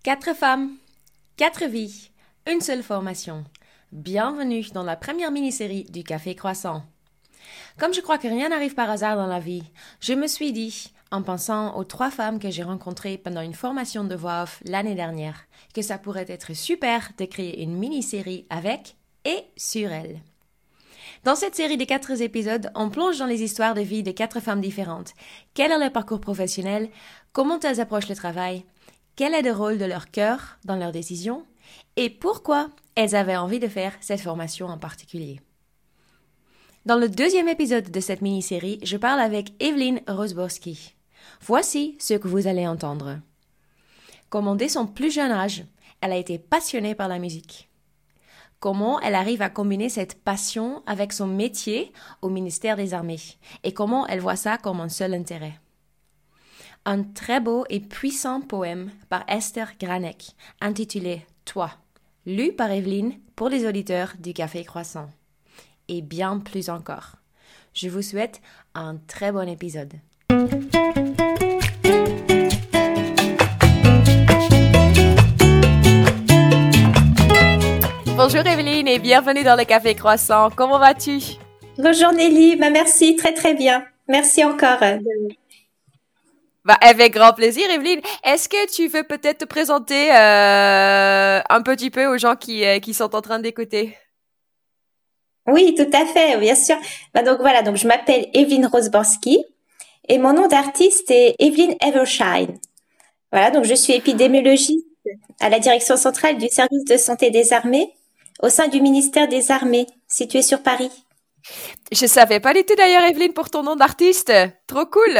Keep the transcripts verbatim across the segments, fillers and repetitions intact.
Quatre femmes, quatre vies, une seule formation. Bienvenue dans la première mini-série du Café Croissant. Comme je crois que rien n'arrive par hasard dans la vie, je me suis dit, en pensant aux trois femmes que j'ai rencontrées pendant une formation de voix off l'année dernière, que ça pourrait être super de créer une mini-série avec et sur elles. Dans cette série de quatre épisodes, on plonge dans les histoires de vie de quatre femmes différentes. Quel est leur parcours professionnel? Comment elles approchent le travail? Quel est le rôle de leur cœur dans leurs décisions? Et pourquoi elles avaient envie de faire cette formation en particulier? Dans le deuxième épisode de cette mini-série, je parle avec Evelyn Rozborski. Voici ce que vous allez entendre. Comment dès son plus jeune âge, elle a été passionnée par la musique. Comment elle arrive à combiner cette passion avec son métier au ministère des Armées et comment elle voit ça comme un seul intérêt. Un très beau et puissant poème par Esther Granek, intitulé « Toi », lu par Evelyne pour les auditeurs du Café Croissant. Et bien plus encore. Je vous souhaite un très bon épisode. Bonjour Evelyne et bienvenue dans le Café Croissant. Comment vas-tu? Bonjour Nelly, bah merci, très très bien. Merci encore. Bah, avec grand plaisir, Evelyne. Est-ce que tu veux peut-être te présenter euh, un petit peu aux gens qui, euh, qui sont en train d'écouter? Oui, tout à fait, bien sûr. Bah, donc voilà, donc je m'appelle Evelyn Rozborski et mon nom d'artiste est Evelyn Evershine. Voilà, donc je suis épidémiologiste à la direction centrale du service de santé des armées au sein du ministère des Armées, situé sur Paris. Je savais pas du tout d'ailleurs, Evelyne, pour ton nom d'artiste. Trop cool.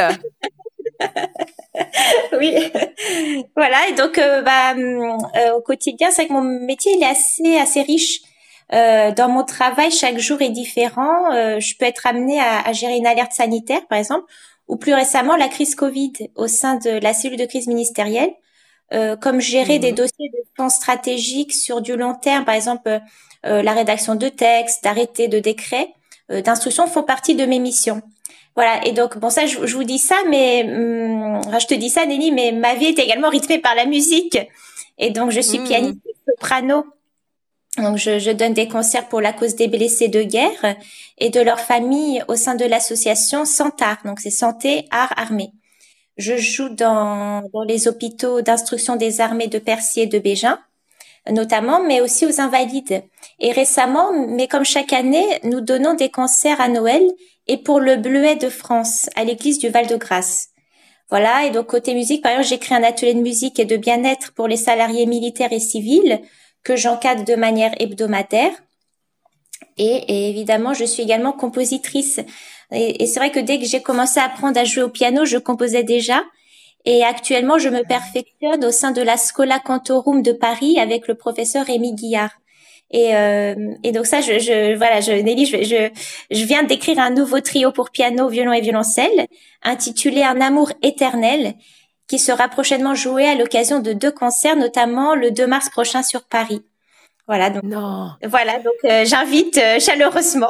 Oui, voilà. Et donc, euh, bah, euh, au quotidien, c'est vrai que mon métier il est assez assez riche. Euh, dans mon travail, chaque jour est différent. Euh, je peux être amenée à, à gérer une alerte sanitaire, par exemple, ou plus récemment la crise Covid au sein de la cellule de crise ministérielle, euh, comme gérer mmh. des dossiers de plans stratégiques sur du long terme, par exemple euh, la rédaction de textes, d'arrêtés, de décrets, euh, d'instructions font partie de mes missions. Voilà, et donc, bon, ça, je, je vous dis ça, mais, hum, enfin, je te dis ça, Nelly, mais ma vie est également rythmée par la musique. Et donc, je suis mmh. pianiste soprano. Donc, je, je donne des concerts pour la cause des blessés de guerre et de leurs familles au sein de l'association Santar. Donc, c'est Santé, Art, Armée. Je joue dans, dans les hôpitaux d'instruction des armées de Percy et de Bégin, notamment, mais aussi aux Invalides. Et récemment, mais comme chaque année, nous donnons des concerts à Noël et pour le Bleuet de France, à l'église du Val-de-Grâce. Voilà, et donc côté musique, par exemple, j'ai créé un atelier de musique et de bien-être pour les salariés militaires et civils que j'encadre de manière hebdomadaire. Et, et évidemment, je suis également compositrice. Et, et c'est vrai que dès que j'ai commencé à apprendre à jouer au piano, je composais déjà. Et actuellement, je me perfectionne au sein de la Schola Cantorum de Paris avec le professeur Rémi Guillard. Et, euh, et donc ça, je, je voilà, je, Nelly, je, je, je viens d'écrire un nouveau trio pour piano, violon et violoncelle, intitulé Un amour éternel, qui sera prochainement joué à l'occasion de deux concerts, notamment le deux mars prochain sur Paris. Voilà, donc non. Voilà, donc euh, j'invite euh, chaleureusement.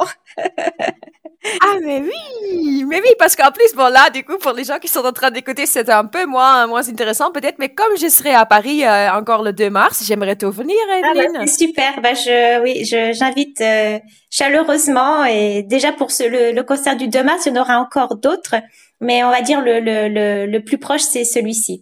Ah mais oui, mais oui, parce qu'en plus, bon là, du coup, pour les gens qui sont en train d'écouter, c'est un peu moins, moins intéressant peut-être, mais comme je serai à Paris euh, encore le deux mars, j'aimerais te venir, Evelyne. Ah bah, c'est super, bah je, oui, je, j'invite euh, chaleureusement et déjà pour ce, le, le concert du deux mars, il y en aura encore d'autres, mais on va dire le, le, le, le plus proche, c'est celui-ci.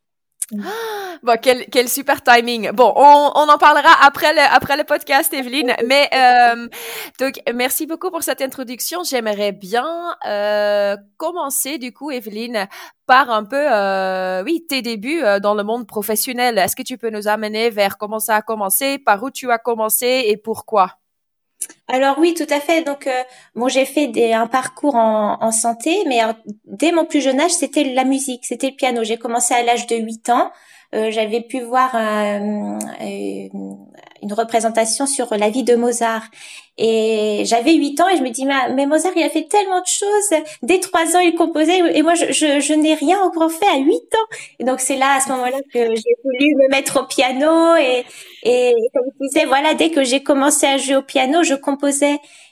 Bon, quel, quel super timing. Bon, on, on en parlera après le, après le podcast, Evelyne. Mais euh, donc, merci beaucoup pour cette introduction. J'aimerais bien euh, commencer, du coup, Evelyne, par un peu, euh, oui, tes débuts euh, dans le monde professionnel. Est-ce que tu peux nous amener vers comment ça a commencé, par où tu as commencé et pourquoi? Alors oui, tout à fait. Donc, euh, bon, j'ai fait des, un parcours en, en santé, mais alors, dès mon plus jeune âge, c'était la musique, c'était le piano. J'ai commencé à l'âge de huit ans. Euh, j'avais pu voir euh, euh, une représentation sur la vie de Mozart. Et j'avais huit ans et je me dis, mais, mais Mozart, il a fait tellement de choses. Dès trois ans, il composait et moi, je, je, je n'ai rien encore fait à huit ans. Et donc, c'est là, à ce moment-là, que j'ai voulu me mettre au piano et, et comme je disais, voilà, dès que j'ai commencé à jouer au piano, je composais.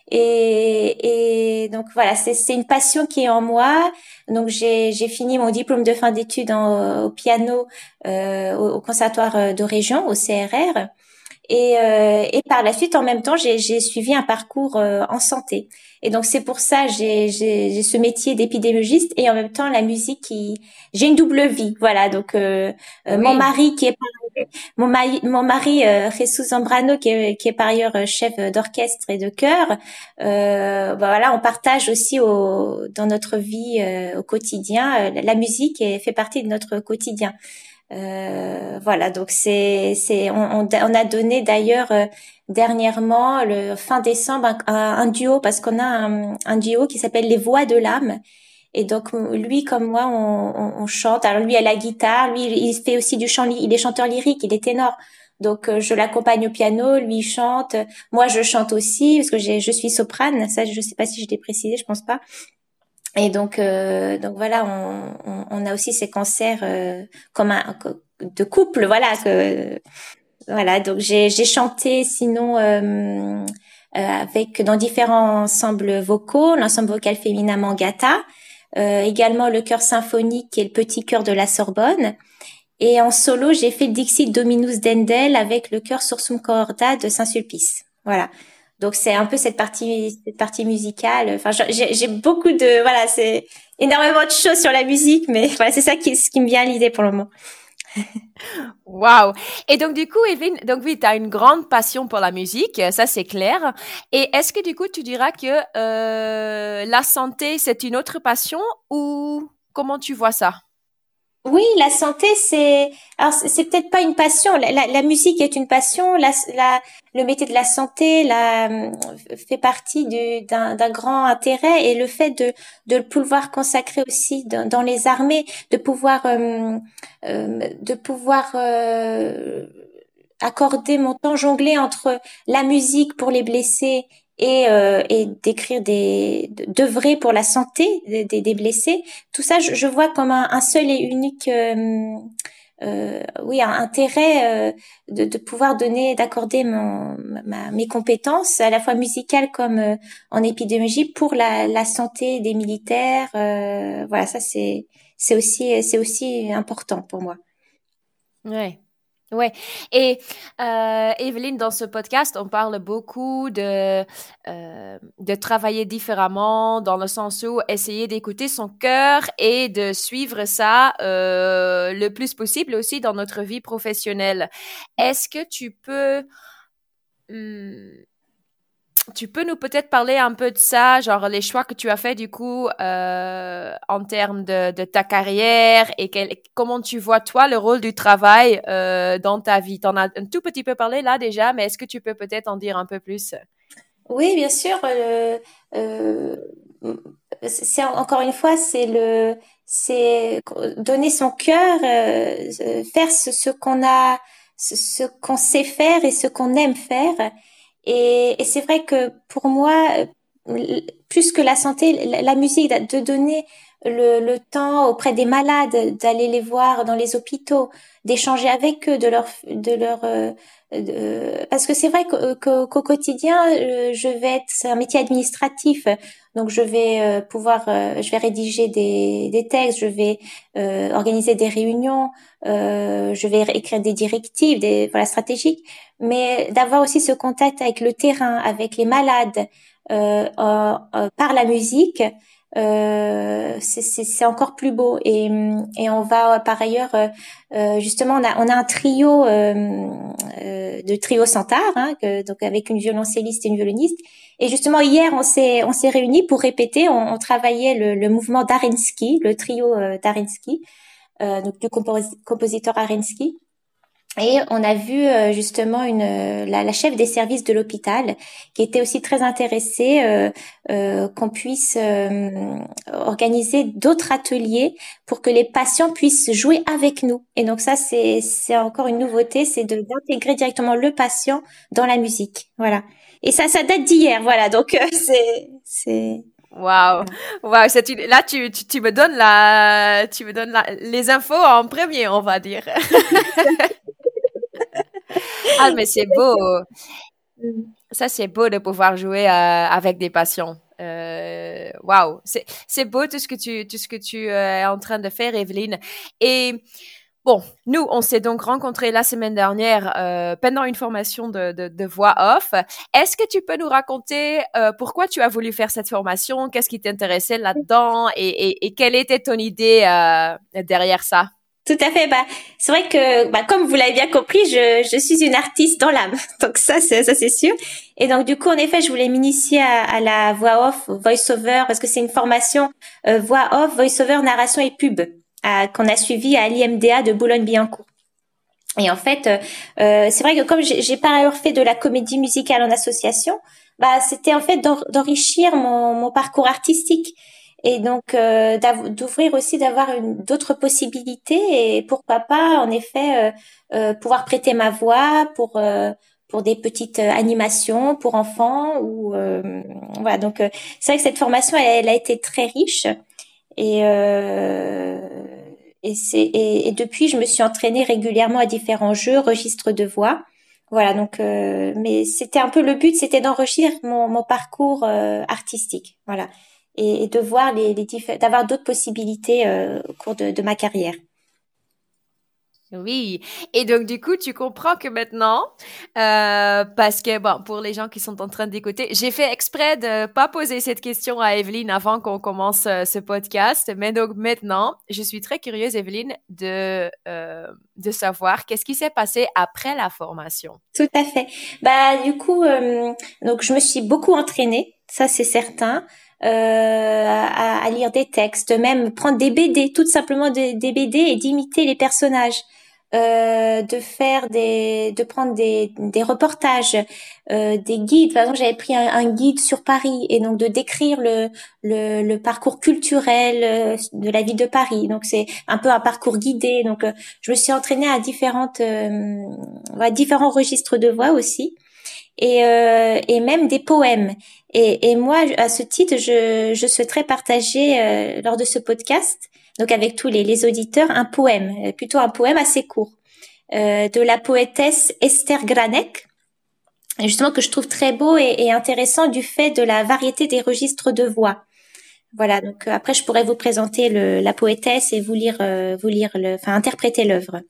Et, et donc voilà, c'est, c'est une passion qui est en moi. Donc j'ai, j'ai fini mon diplôme de fin d'études en, au piano euh, au, au conservatoire de région, au C R R. Et, euh, et par la suite, en même temps, j'ai, j'ai suivi un parcours euh, en santé. Et donc c'est pour ça j'ai, j'ai, j'ai ce métier d'épidémiologiste et en même temps la musique qui j'ai une double vie. Voilà. Donc euh, euh, mon Oui. mari qui est mon mari, mon mari euh, Jesus Zambrano qui est, qui est par ailleurs chef d'orchestre et de chœur. Euh, bah voilà, on partage aussi au, dans notre vie euh, au quotidien. Euh, la musique est, fait partie de notre quotidien. Euh, voilà, donc c'est c'est on, on, on a donné d'ailleurs euh, dernièrement le fin décembre un, un, un duo parce qu'on a un, un duo qui s'appelle Les Voix de l'âme et donc lui comme moi on, on, on chante. Alors lui à la guitare, lui il fait aussi du chant, il est chanteur lyrique, il est ténor. Donc euh, je l'accompagne au piano, lui il chante, moi je chante aussi parce que j'ai je suis soprane. Ça je sais pas si je l'ai précisé, je pense pas. Et donc, euh, donc voilà, on, on, on a aussi ces concerts euh, comme un de couple, voilà. Que, voilà, donc j'ai j'ai chanté sinon euh, euh, avec dans différents ensembles vocaux, l'ensemble vocal féminin Mangata, euh, également le chœur symphonique et le petit chœur de la Sorbonne. Et en solo, j'ai fait le Dixit Dominus d'Endel avec le chœur Sursum Corda de Saint-Sulpice. Voilà. Donc c'est un peu cette partie, cette partie musicale. Enfin, j'ai, j'ai beaucoup de, voilà, c'est énormément de choses sur la musique, mais voilà, c'est ça qui, ce qui me vient à l'idée pour le moment. Waouh! Et donc, du coup, Evelyne, donc oui, tu as une grande passion pour la musique, ça c'est clair. Et est-ce que du coup, tu diras que euh, la santé, c'est une autre passion ou comment tu vois ça? Oui, la santé, c'est, alors c'est c'est peut-être pas une passion. La, la, la musique est une passion. La, la, le métier de la santé, la, fait partie du, d'un, d'un grand intérêt et le fait de, de le pouvoir consacrer aussi dans, dans les armées, de pouvoir, euh, euh, de pouvoir euh, accorder mon temps, jongler entre la musique pour les blessés et, euh, et d'écrire des, d'œuvrer pour la santé des, des, des blessés. Tout ça, je, je vois comme un, un seul et unique, euh, euh, oui, un intérêt euh, de, de pouvoir donner, d'accorder mon, ma, mes compétences à la fois musicales comme euh, en épidémiologie pour la, la santé des militaires. Euh, voilà, ça c'est, c'est aussi, c'est aussi important pour moi. Ouais. Ouais. Et euh, Evelyne, dans ce podcast, on parle beaucoup de euh, de travailler différemment, dans le sens où essayer d'écouter son cœur et de suivre ça euh, le plus possible aussi dans notre vie professionnelle. Est-ce que tu peux hum, tu peux nous peut-être parler un peu de ça, genre les choix que tu as fait du coup euh, en termes de, de ta carrière et quel, comment tu vois toi le rôle du travail euh, dans ta vie. T'en as un tout petit peu parlé là déjà, mais est-ce que tu peux peut-être en dire un peu plus? Oui, bien sûr. Euh, euh, c'est encore une fois, c'est le, c'est donner son cœur, euh, euh, faire ce, ce qu'on a, ce, ce qu'on sait faire et ce qu'on aime faire. Et, et c'est vrai que pour moi, euh, plus que la santé, la, la musique, de donner le, le temps auprès des malades, d'aller les voir dans les hôpitaux, d'échanger avec eux, de leur, de leur, euh, de- parce que c'est vrai que, que- qu'au quotidien, euh, je vais être, c'est un métier administratif, donc je vais euh, pouvoir, euh, je vais rédiger des, des textes, je vais euh, organiser des réunions, euh, je vais écrire des directives, des voilà stratégiques, mais d'avoir aussi ce contact avec le terrain, avec les malades, euh, euh, euh, par la musique. Euh, c'est, c'est, c'est encore plus beau et, et on va par ailleurs euh, euh, justement on a on a un trio euh, euh, de trio Centaure hein, que, donc avec une violoncelliste et une violoniste et justement hier on s'est on s'est réunis pour répéter on, on travaillait le, le mouvement d'Arensky le trio euh, d'Arensky euh, donc du compos- compositeur Arensky et on a vu euh, justement une la, la chef des services de l'hôpital qui était aussi très intéressée euh, euh, qu'on puisse euh, organiser d'autres ateliers pour que les patients puissent jouer avec nous. Et donc ça c'est c'est encore une nouveauté, c'est de d'intégrer directement le patient dans la musique. Voilà. Et ça ça date d'hier, voilà. Donc euh, c'est c'est Waouh, waouh, c'est une- là tu, tu tu me donnes la tu me donnes la, les infos en premier, on va dire. Ah mais c'est beau. Ça, c'est beau de pouvoir jouer euh, avec des passions. Euh, Waouh, c'est c'est beau tout ce que tu tout ce que tu euh, es en train de faire, Evelyne. Et bon, nous, on s'est donc rencontrés la semaine dernière euh, pendant une formation de, de, de voix off. Est-ce que tu peux nous raconter euh, pourquoi tu as voulu faire cette formation? Qu'est-ce qui t'intéressait là-dedans? Et, et, et quelle était ton idée euh, derrière ça? Tout à fait. Bah, c'est vrai que, bah, comme vous l'avez bien compris, je, je suis une artiste dans l'âme. Donc ça, c'est, ça, c'est sûr. Et donc, du coup, en effet, je voulais m'initier à, à la voix off, voice-over, parce que c'est une formation euh, voix off, voice-over, narration et pub à- qu'on a suivi à l'I M D A de Boulogne-Billancourt. Et en fait, euh, euh, c'est vrai que comme j'ai, j'ai par ailleurs fait de la comédie musicale en association, bah, c'était en fait d'en- d'enrichir mon, mon parcours artistique. Et donc euh, d'av- d'ouvrir aussi, d'avoir une, d'autres possibilités et pourquoi pas en effet euh, euh, pouvoir prêter ma voix pour euh, pour des petites euh, animations pour enfants ou euh, voilà. Donc euh, c'est vrai que cette formation elle, elle a été très riche et euh, et c'est et, et depuis je me suis entraînée régulièrement à différents jeux registres de voix. Voilà, donc euh, mais c'était un peu le but, c'était d'enrichir mon, mon parcours euh, artistique, voilà, et, et de voir les, les diffé- d'avoir d'autres possibilités euh, au cours de, de ma carrière. Oui, et donc du coup, tu comprends que maintenant, euh, parce que bon, pour les gens qui sont en train d'écouter, j'ai fait exprès de pas poser cette question à Evelyne avant qu'on commence euh, ce podcast, mais donc maintenant, je suis très curieuse, Evelyne, de euh, de savoir qu'est-ce qui s'est passé après la formation. Tout à fait. Bah du coup, euh, donc je me suis beaucoup entraînée, ça c'est certain, euh, à, à lire des textes, même prendre des B D, tout simplement des, des B D et d'imiter les personnages, euh, de faire des, de prendre des, des reportages, euh, des guides. Par exemple, j'avais pris un, un guide sur Paris et donc de décrire le le, le parcours culturel euh, de la ville de Paris. Donc c'est un peu un parcours guidé. Donc euh, je me suis entraînée à différentes euh, ouais, différents registres de voix aussi et, euh, et même des poèmes. Et, et moi, à ce titre, je, je souhaiterais partager euh, lors de ce podcast, donc avec tous les, les auditeurs, un poème, euh, plutôt un poème assez court, euh, de la poétesse Esther Granek, justement que je trouve très beau et, et intéressant du fait de la variété des registres de voix. Voilà, donc euh, après je pourrais vous présenter le, la poétesse et vous lire, euh, vous lire le, enfin interpréter l'œuvre.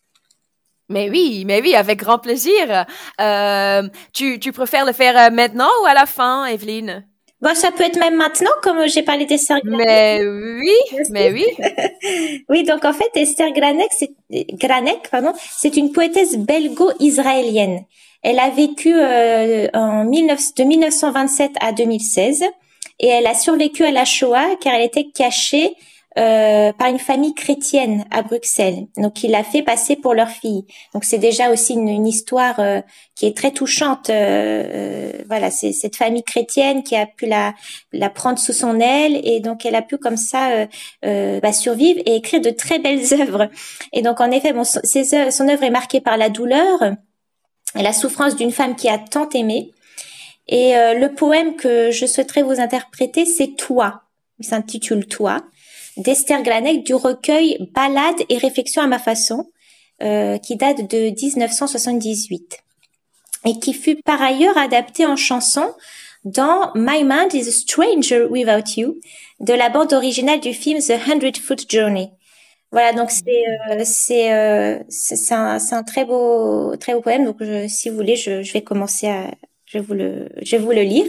Mais oui, mais oui, avec grand plaisir. Euh, tu tu préfères le faire euh, maintenant ou à la fin, Evelyne? Bon, ça peut être même maintenant, comme j'ai parlé d'Esther Mais oui, mais oui. Granek. Oui, donc en fait, Esther Granek, c'est Granek, pardon, c'est une poétesse belgo-israélienne. Elle a vécu euh, en mille neuf de mille neuf cent vingt-sept à deux mille seize et elle a survécu à la Shoah car elle était cachée euh, par une famille chrétienne à Bruxelles. Donc, il l'a fait passer pour leur fille. Donc, c'est déjà aussi une, une histoire euh, qui est très touchante. Euh, euh, voilà, c'est cette famille chrétienne qui a pu la, la prendre sous son aile et donc elle a pu comme ça euh, euh, bah, survivre et écrire de très belles œuvres. Et donc, en effet, bon, son, ses œuvres, son œuvre est marquée par la douleur et la souffrance d'une femme qui a tant aimé. Et euh, le poème que je souhaiterais vous interpréter, c'est Toi. Il s'intitule Toi, d'Esther Granek du recueil Ballades et réflexions à ma façon, euh, qui date de dix-neuf cent soixante-dix-huit et qui fut par ailleurs adapté en chanson dans My Mind is a Stranger Without You, de la bande originale du film The Hundred Foot Journey. Voilà, donc c'est euh, c'est euh, c'est c'est un c'est un très beau très beau poème. Donc je, si vous voulez, je je vais commencer à je vais vous le je vais vous le lire.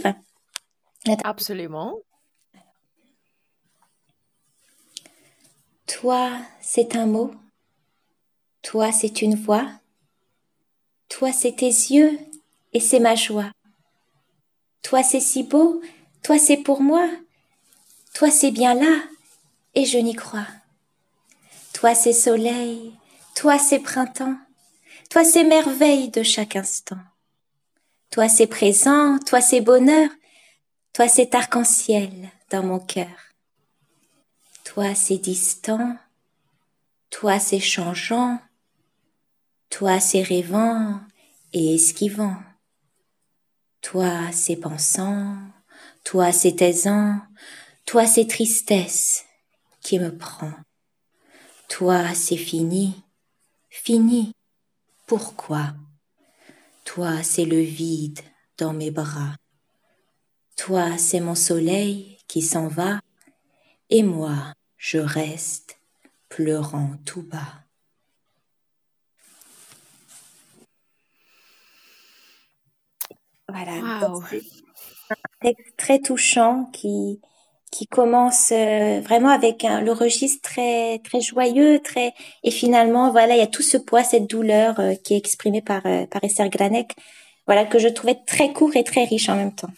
Absolument. Toi, c'est un mot. Toi, c'est une voix. Toi, c'est tes yeux et c'est ma joie. Toi, c'est si beau. Toi, c'est pour moi. Toi, c'est bien là et je n'y crois. Toi, c'est soleil. Toi, c'est printemps. Toi, c'est merveille de chaque instant. Toi, c'est présent. Toi, c'est bonheur. Toi, c'est arc-en-ciel dans mon cœur. Toi, c'est distant. Toi, c'est changeant. Toi, c'est rêvant et esquivant. Toi, c'est pensant. Toi, c'est aisant. Toi, c'est tristesse qui me prend. Toi, c'est fini. Fini. Pourquoi? Toi, c'est le vide dans mes bras. Toi, c'est mon soleil qui s'en va, et moi, je reste pleurant tout bas. Voilà, Waouh. c'est un texte très touchant qui qui commence euh, vraiment avec un, le registre très très joyeux, très et finalement voilà il y a tout ce poids, cette douleur euh, qui est exprimée par euh, par Esther Granek, voilà que je trouvais très court et très riche en même temps.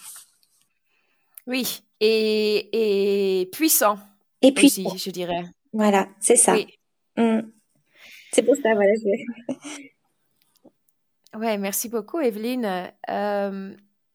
Oui, et, et puissant Et puis aussi, je dirais. voilà, c'est ça. Oui. Mm. C'est pour ça voilà. Je... Ouais, merci beaucoup, Evelyne. Euh,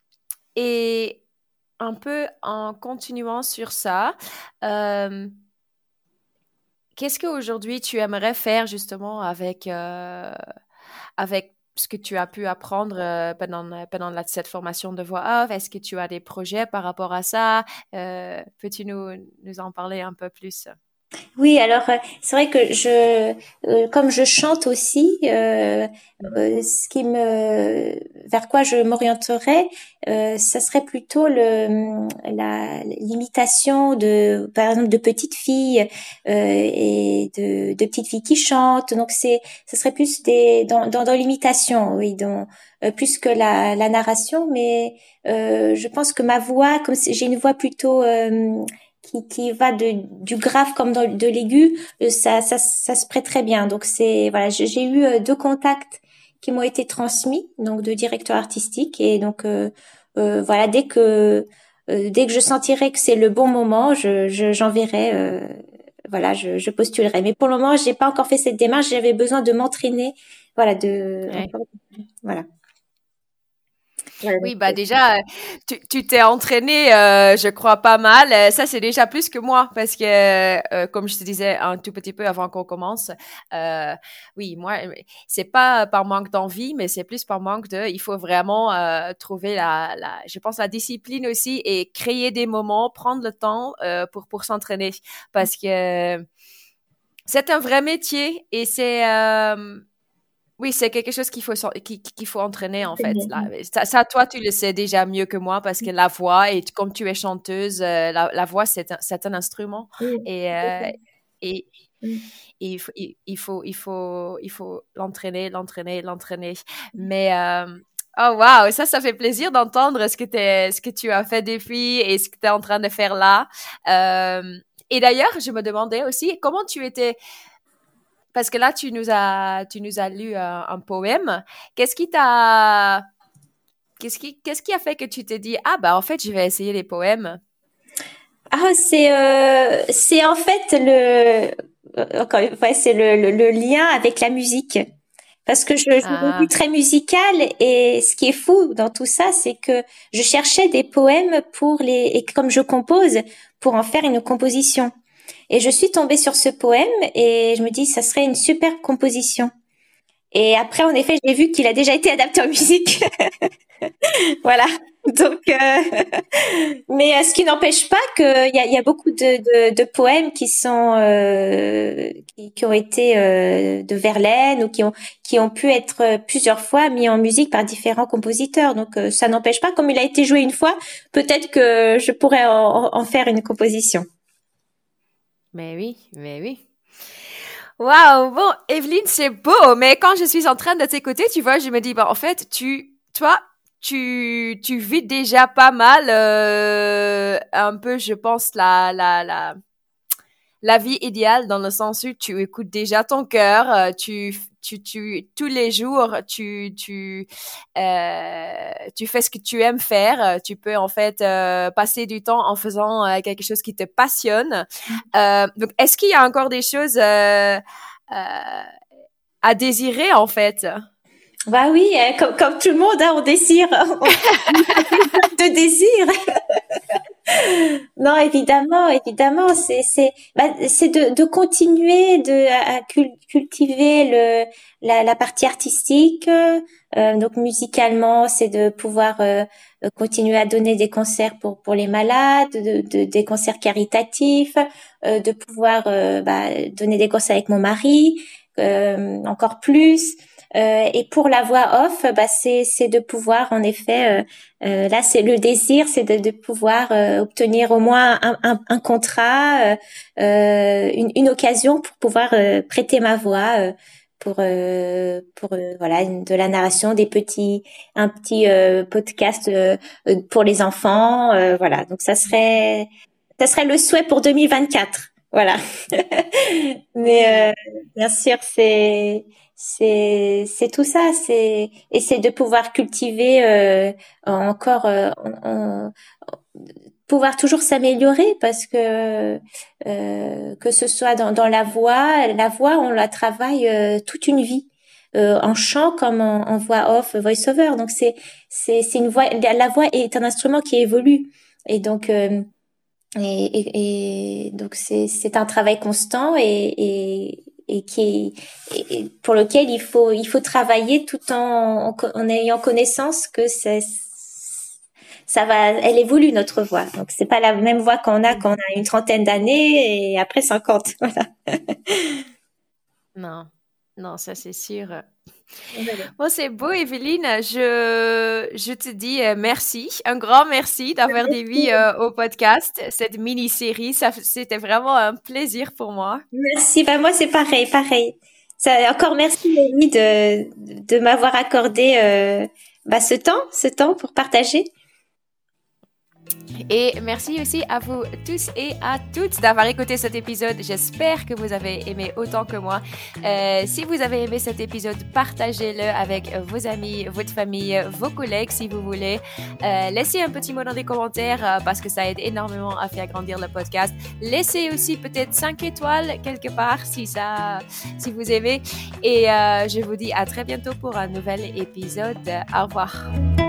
et un peu en continuant sur ça, euh, qu'est-ce qu'aujourd'hui tu aimerais faire justement avec, euh, avec ce que tu as pu apprendre euh, pendant, pendant la- cette formation de voix off? Est-ce que tu as des projets par rapport à ça? Euh, peux-tu nous, nous en parler un peu plus? Oui, alors euh, c'est vrai que je, euh, comme je chante aussi, euh, euh, ce qui me, vers quoi je m'orienterais, euh, ça serait plutôt le, la, l'imitation de, par exemple, de petites filles euh, et de, de petites filles qui chantent. Donc c'est, ce serait plus des, dans, dans, dans l'imitation, oui, dans, euh, plus que la, la narration. Mais euh, je pense que ma voix, comme si- j'ai une voix plutôt euh, qui, qui va de, du grave comme dans, de l'aigu, euh, ça, ça, ça se prête très bien. Donc c'est voilà, j'ai j'ai eu euh, deux contacts qui m'ont été transmis, donc de directeur artistique, et donc euh, euh, voilà, dès que euh, dès que je sentirai que c'est le bon moment, je, je j'enverrai, euh, voilà, je, je postulerai. Mais pour le moment, j'ai pas encore fait cette démarche. J'avais besoin de m'entraîner, voilà, de Ouais. encore, voilà. Voilà, donc, Oui, bah déjà, euh, tu tu t'es entraîné, euh, je crois, pas mal. Euh, Ça, c'est déjà plus que moi, parce que, euh, comme je te disais un tout petit peu avant qu'on commence, euh, oui, moi, euh, c'est pas par manque d'envie, mais c'est plus par manque de, il faut vraiment euh, trouver la, la, je pense, la discipline aussi et créer des moments, prendre le temps euh, pour pour s'entraîner, parce que c'est un vrai métier et c'est euh, oui, c'est quelque chose qu'il faut, s'en- qui- qui- qu'il faut entraîner, en fait. Là. Ça, ça, toi, tu le sais déjà mieux que moi parce que la voix, et comme tu es chanteuse, euh, la, la voix, c'est un, c'est un instrument. oui, Et, euh, et, mm. et il faut, il, il faut, il faut, il faut l'entraîner, l'entraîner, l'entraîner. Mais, euh, oh, waouh, ça, ça fait plaisir d'entendre ce que t'es, ce que tu as fait depuis et ce que tu es en train de faire là. Euh, et d'ailleurs, je me demandais aussi comment tu étais parce que là, tu nous as, tu nous as lu un, un poème. Qu'est-ce qui t'a, qu'est-ce qui, qu'est-ce qui a fait que tu t'es dit, ah bah en fait, je vais essayer les poèmes. Ah, c'est euh, c'est en fait le euh, encore une fois c'est le, le, le lien avec la musique parce que je, je me suis Ah, très musicale et ce qui est fou dans tout ça c'est que je cherchais des poèmes pour les et comme je compose pour en faire une composition et je suis tombée sur ce poème et je me dis ça serait une super composition et après en effet j'ai vu qu'il a déjà été adapté en musique. Voilà. Donc, euh, mais euh, ce qui n'empêche pas qu'il y a, il y a beaucoup de, de, de poèmes qui sont euh, qui, qui ont été euh, de Verlaine ou qui ont qui ont pu être euh, plusieurs fois mis en musique par différents compositeurs. Donc, euh, ça n'empêche pas, comme il a été joué une fois, peut-être que je pourrais en, en faire une composition. mais oui, mais oui. Waouh, bon, Evelyne, c'est beau, mais quand je suis en train de t'écouter, tu vois, je me dis, bah, en fait, tu, toi, tu, tu vis déjà pas mal, euh, un peu, je pense, la, la, la, la vie idéale dans le sens où tu écoutes déjà ton cœur, euh, tu, tu, tu, tous les jours, tu, tu, euh, tu fais ce que tu aimes faire. Euh, Tu peux en fait euh, passer du temps en faisant euh, quelque chose qui te passionne. Euh, donc, est-ce qu'il y a encore des choses euh, euh, à désirer en fait? Bah oui, hein, comme, comme tout le monde, hein, on désire, on, on a plein de désirs. Non, évidemment, évidemment, c'est c'est bah, c'est de de continuer de à, à cul- cultiver le la la partie artistique. Euh, donc musicalement, c'est de pouvoir euh, euh, continuer à donner des concerts pour pour les malades, de, de- des concerts caritatifs, euh, de pouvoir euh, bah, donner des concerts avec mon mari, euh, encore plus. Euh, et pour la voix off, bah c'est c'est de pouvoir en effet, euh, euh, là c'est le désir, c'est de, de pouvoir euh, obtenir au moins un, un, un contrat, euh, euh, une, une occasion pour pouvoir euh, prêter ma voix euh, pour euh, pour euh, voilà une- de la narration, des petits un petit euh, podcast euh, euh, pour les enfants, euh, voilà. Donc ça serait ça serait le souhait pour deux mille vingt-quatre, voilà. Mais euh, bien sûr, c'est c'est c'est tout ça, c'est et c'est de pouvoir cultiver euh, encore euh, en- en- pouvoir toujours s'améliorer parce que euh, que ce soit dans dans la voix, la voix on la travaille euh, toute une vie. Euh, en chant comme en, en voix off, voice over. Donc c'est c'est c'est une voix, la la voix est un instrument qui évolue et donc euh, et, et, et donc c'est c'est un travail constant et et, et qui est, et pour lequel il faut il faut travailler tout en en, en ayant connaissance que c'est ça va elle évolue notre voix. Donc c'est pas la même voix qu'on a quand on a une trentaine d'années et après cinquante. Voilà. Non, non, ça c'est sûr. Voilà. Bon, c'est beau, Evelyne. Je, je te dis euh, merci, un grand merci d'avoir dévié euh, au podcast cette mini-série. Ça, c'était vraiment un plaisir pour moi. Merci. Bah moi c'est pareil, pareil. Ça, encore merci Noémie de de m'avoir accordé euh, bah ce temps, ce temps pour partager. Et merci aussi à vous tous et à toutes d'avoir écouté cet épisode. J'espère que vous avez aimé autant que moi. Euh, si vous avez aimé cet épisode, partagez-le avec vos amis, votre famille, vos collègues si vous voulez. Euh, laissez un petit mot dans les commentaires euh, parce que ça aide énormément à faire grandir le podcast. Laissez aussi peut-être cinq étoiles quelque part si ça, si vous aimez. Et euh, je vous dis à très bientôt pour un nouvel épisode. Au revoir.